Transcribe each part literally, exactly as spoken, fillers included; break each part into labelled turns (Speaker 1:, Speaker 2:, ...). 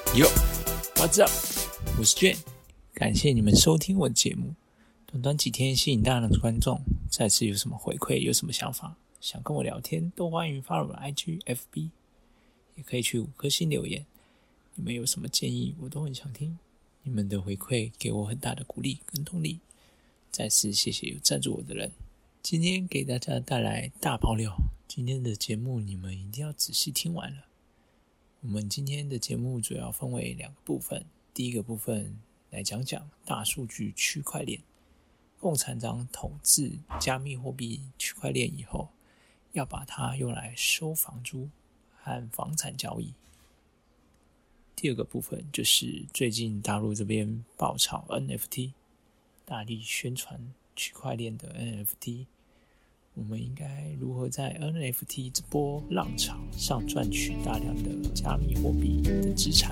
Speaker 1: Yo, what's up？ 我是 Jane， 感谢你们收听我的节目。短短几天吸引大量的观众，再次有什么回馈，有什么想法，想跟我聊天，都欢迎 follow 我的 I G、F B， 也可以去五颗星留言。你们有什么建议，我都很想听。你们的回馈给我很大的鼓励跟动力。再次谢谢有赞助我的人。今天给大家带来大爆料，今天的节目你们一定要仔细听完了。我们今天的节目主要分为两个部分，第一个部分来讲讲大数据区块链，共产党统治加密货币区块链以后，要把它用来收房租和房产交易。第二个部分就是最近大陆这边爆炒 N F T， 大力宣传区块链的 N F T， 我们应该如何在 N F T 这波浪潮上赚取大量的加密货币的资产？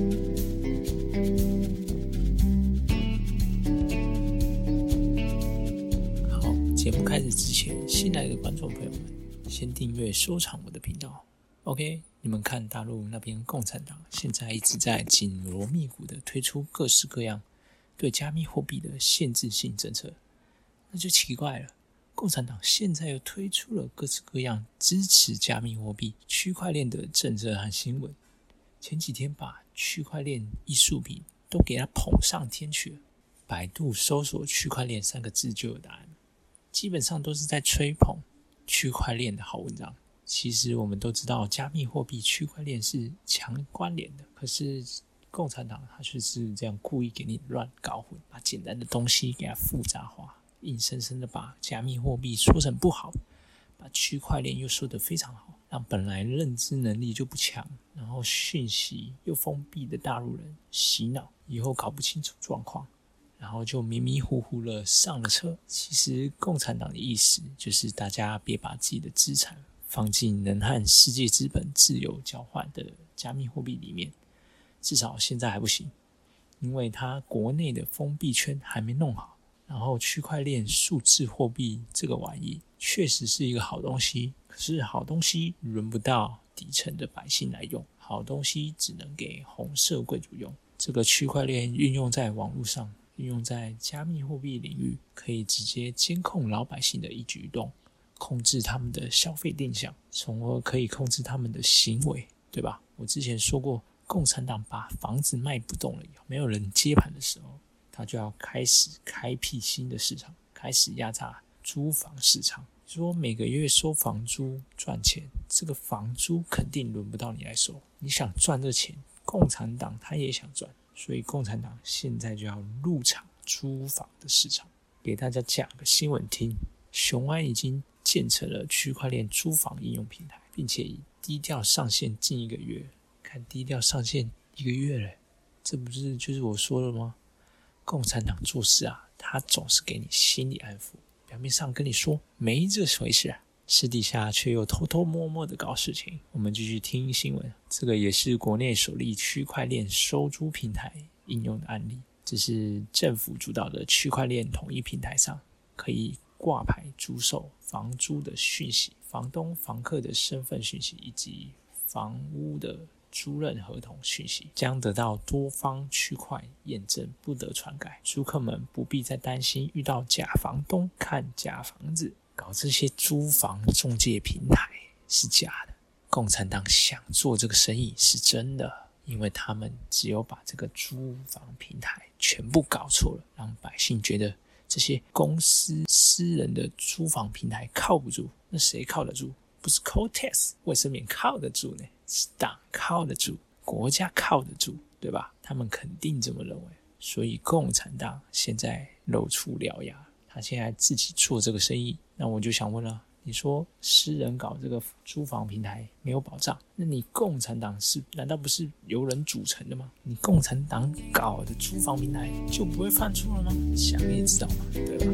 Speaker 1: 好，节目开始之前，新来的观众朋友们，先订阅收藏我的频道。OK， 你们看大陆那边共产党现在一直在紧锣密鼓的推出各式各样对加密货币的限制性政策，那就奇怪了。共产党现在又推出了各式各样支持加密货币、区块链的政策和新闻。前几天把区块链艺术品都给它捧上天去了，百度搜索区块链三个字就有答案，基本上都是在吹捧区块链的好文章。其实我们都知道加密货币区块链是强关联的，可是共产党他就是这样故意给你乱搞混，把简单的东西给它复杂化，硬生生的把加密货币说成不好，把区块链又说得非常好，让本来认知能力就不强，然后讯息又封闭的大陆人洗脑，以后搞不清楚状况，然后就迷迷糊糊了上了车。其实共产党的意思就是大家别把自己的资产放进能和世界资本自由交换的加密货币里面，至少现在还不行，因为它国内的封闭圈还没弄好。然后区块链数字货币这个玩意确实是一个好东西，可是好东西轮不到底层的百姓来用，好东西只能给红色贵族用。这个区块链运用在网络上，运用在加密货币领域，可以直接监控老百姓的一举一动，控制他们的消费定向，从而可以控制他们的行为，对吧？我之前说过，共产党把房子卖不动了以后，没有人接盘的时候，他就要开始开辟新的市场，开始压榨租房市场。说每个月收房租赚钱，这个房租肯定轮不到你来收。你想赚这钱，共产党他也想赚，所以共产党现在就要入场租房的市场。给大家讲个新闻听，雄安已经建成了区块链租房应用平台，并且以低调上线近一个月。看低调上线一个月了，这不是就是我说了吗？共产党做事啊，他总是给你心理安抚，表面上跟你说没这回事啊，私底下却又偷偷摸摸的搞事情。我们继续听新闻，这个也是国内首例区块链收租平台应用的案例。这是政府主导的区块链统一平台上，可以挂牌租售房租的讯息、房东、房客的身份讯息以及房屋的租赁合同讯息，将得到多方区块验证，不得篡改。租客们不必再担心遇到假房东看假房子，搞这些租房中介平台是假的。共产党想做这个生意是真的，因为他们只有把这个租房平台全部搞错了，让百姓觉得这些公司私人的租房平台靠不住。那谁靠得住？不是 Cotex 卫生棉靠得住呢，是党靠得住，国家靠得住，对吧？他们肯定这么认为。所以共产党现在露出獠牙，他现在自己做这个生意。那我就想问了，你说私人搞这个租房平台没有保障，那你共产党是难道不是由人组成的吗？你共产党搞的租房平台就不会犯错了吗？想也知道嘛，对吧？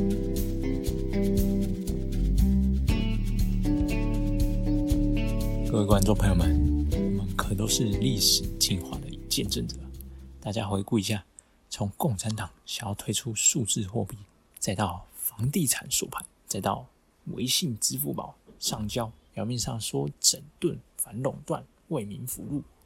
Speaker 1: 各位观众朋友们，我们可都是历史进化的见证者。大家回顾一下，从共产党想要推出数字货币，再到房地产锁盘，再到微信、支付宝上交，表面上说整顿、反垄断、为民服务，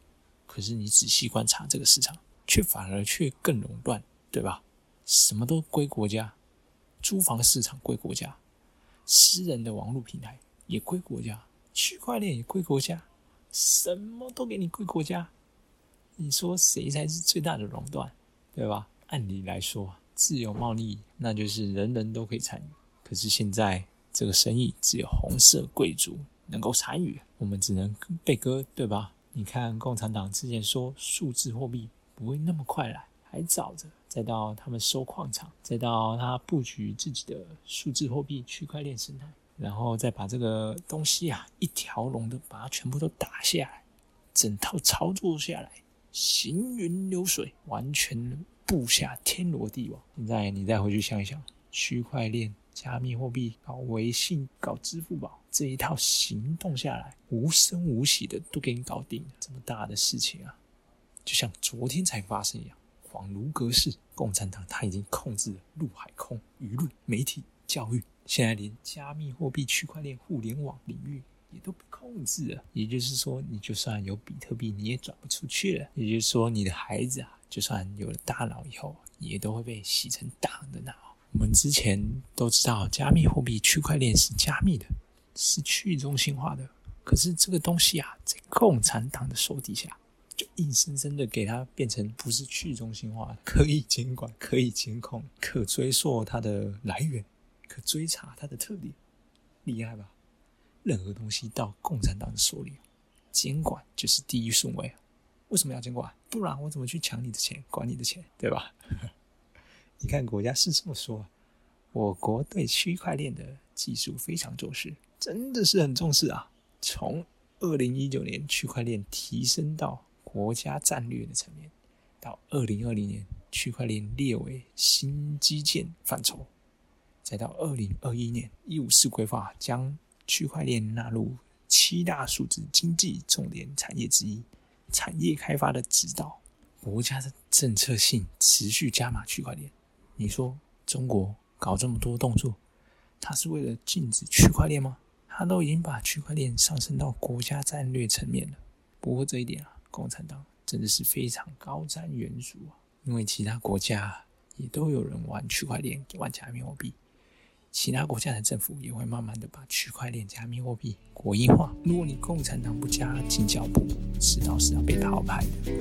Speaker 1: 可是你仔细观察这个市场，却反而却更垄断，对吧？什么都归国家，租房市场归国家，私人的网络平台也归国家，区块链也归国家，什么都给你归国家。你说谁才是最大的垄断，对吧？按理来说，自由贸易那就是人人都可以参与，可是现在这个生意只有红色贵族能够参与，我们只能被割，对吧？你看共产党之前说数字货币不会那么快来，还早着，再到他们收矿场，再到他布局自己的数字货币区块链生态，然后再把这个东西啊一条龙的把它全部都打下来，整套操作下来，行云流水，完全布下天罗地网。现在你再回去想一想，区块链、加密货币、搞微信、搞支付宝这一套行动下来，无声无息的都给你搞定了，这么大的事情啊，就像昨天才发生一样，恍如隔世。共产党他已经控制了陆海空、舆论、媒体、教育，现在连加密货币、区块链、互联网领域也都被控制了。也就是说，你就算有比特币，你也转不出去了。也就是说，你的孩子啊，就算有了大脑以后，也都会被洗成党的脑。我们之前都知道，加密货币、区块链是加密的，是去中心化的。可是这个东西啊，在共产党的手底下，就硬生生的给它变成不是去中心化的，可以监管、可以监控、可追溯它的来源、可追查它的特点，厉害吧？任何东西到共产党的手里，监管就是第一顺位啊！为什么要监管？不然我怎么去抢你的钱、管你的钱，对吧？你看国家是这么说，我国对区块链的技术非常重视，真的是很重视啊！从二零一九年区块链提升到国家战略的层面，到二零二零年区块链列为新基建范畴，再到二零二一年一五四规划将区块链纳入七大数字经济重点产业之一，产业开发的指导，国家的政策性持续加码区块链。你说中国搞这么多动作，它是为了禁止区块链吗？它都已经把区块链上升到国家战略层面了。不过这一点啊，共产党真的是非常高瞻远瞩啊，因为其他国家也都有人玩区块链、玩加密货币，其他国家的政府也会慢慢的把区块链、加密货币国营化。如果你共产党不加紧脚步，迟早是要被淘汰的。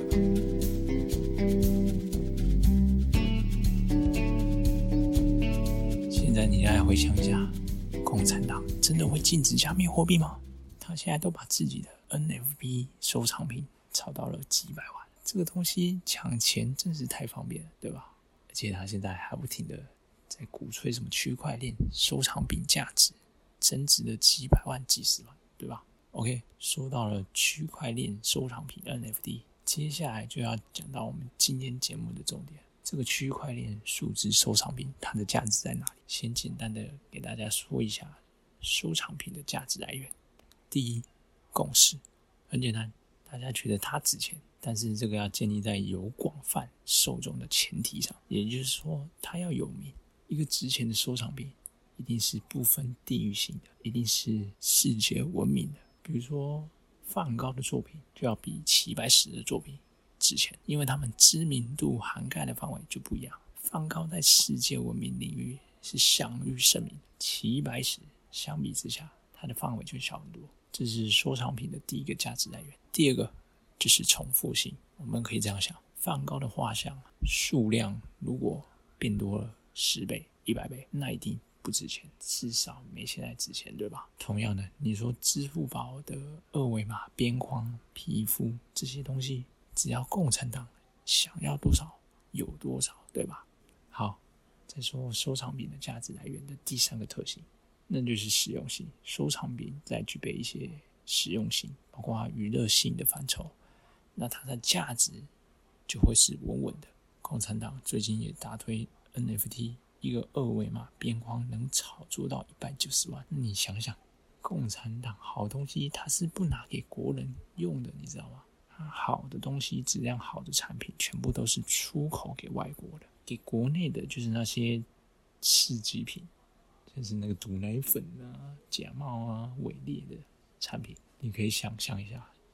Speaker 1: 现在你来回想一下，共产党真的会禁止加密货币吗？他现在都把自己的 N F T 收藏品炒到了几百万，这个东西抢钱真是太方便了，对吧？而且他现在还不停的在鼓吹什么区块链收藏品价值增值了几百万、几十万，对吧 ？OK， 说到了区块链收藏品 N F T， 接下来就要讲到我们今天节目的重点。这个区块链数字收藏品它的价值在哪里？先简单的给大家说一下收藏品的价值来源。第一，共识，很简单，大家觉得它值钱，但是这个要建立在有广泛受众的前提上，也就是说它要有名。一个值钱的收藏品一定是不分地域性的，一定是世界闻名的。比如说梵高的作品就要比齐白石的作品值钱，因为他们知名度涵盖的范围就不一样。梵高在世界闻名领域是享誉盛名，齐白石相比之下它的范围就小很多。这是收藏品的第一个价值来源。第二个就是重复性，我们可以这样想，梵高的画像数量如果变多了十倍、一百倍，那一定不值钱，至少没现在值钱，对吧？同样的，你说支付宝的二维码、边框、皮肤这些东西，只要共产党想要多少有多少，对吧？好，再说收藏品的价值来源的第三个特性，那就是实用性。收藏品再具备一些实用性，包括娱乐性的范畴，那它的价值就会是稳稳的。共产党最近也大推 N F T， 一个二维码边框能炒作到一百九十万，那你想想，共产党好东西它是不拿给国人用的，你知道吗？它好的东西、质量好的产品全部都是出口给外国的，给国内的就是那些次级品，就是那个毒奶粉啊、假冒啊、伪劣的产品。你可以想象一下，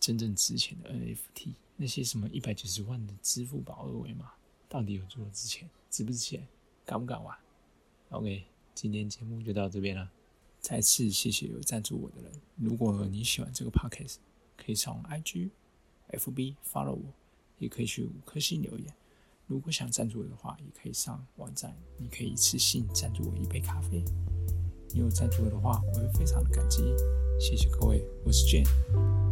Speaker 1: 真正值钱的 N F T， 那些什么一百九十万的支付宝二维码，到底有多值钱？值不值钱？敢不敢玩 ？OK， 今天节目就到这边了。再次谢谢有赞助我的人。如果你喜欢这个 podcast， 可以上 I G、F B follow 我，也可以去五颗星留言。如果想赞助我的话，也可以上网站，你可以一次性赞助我一杯咖啡。你有赞助我的话，我会非常的感激。谢谢各位，我是 Jane。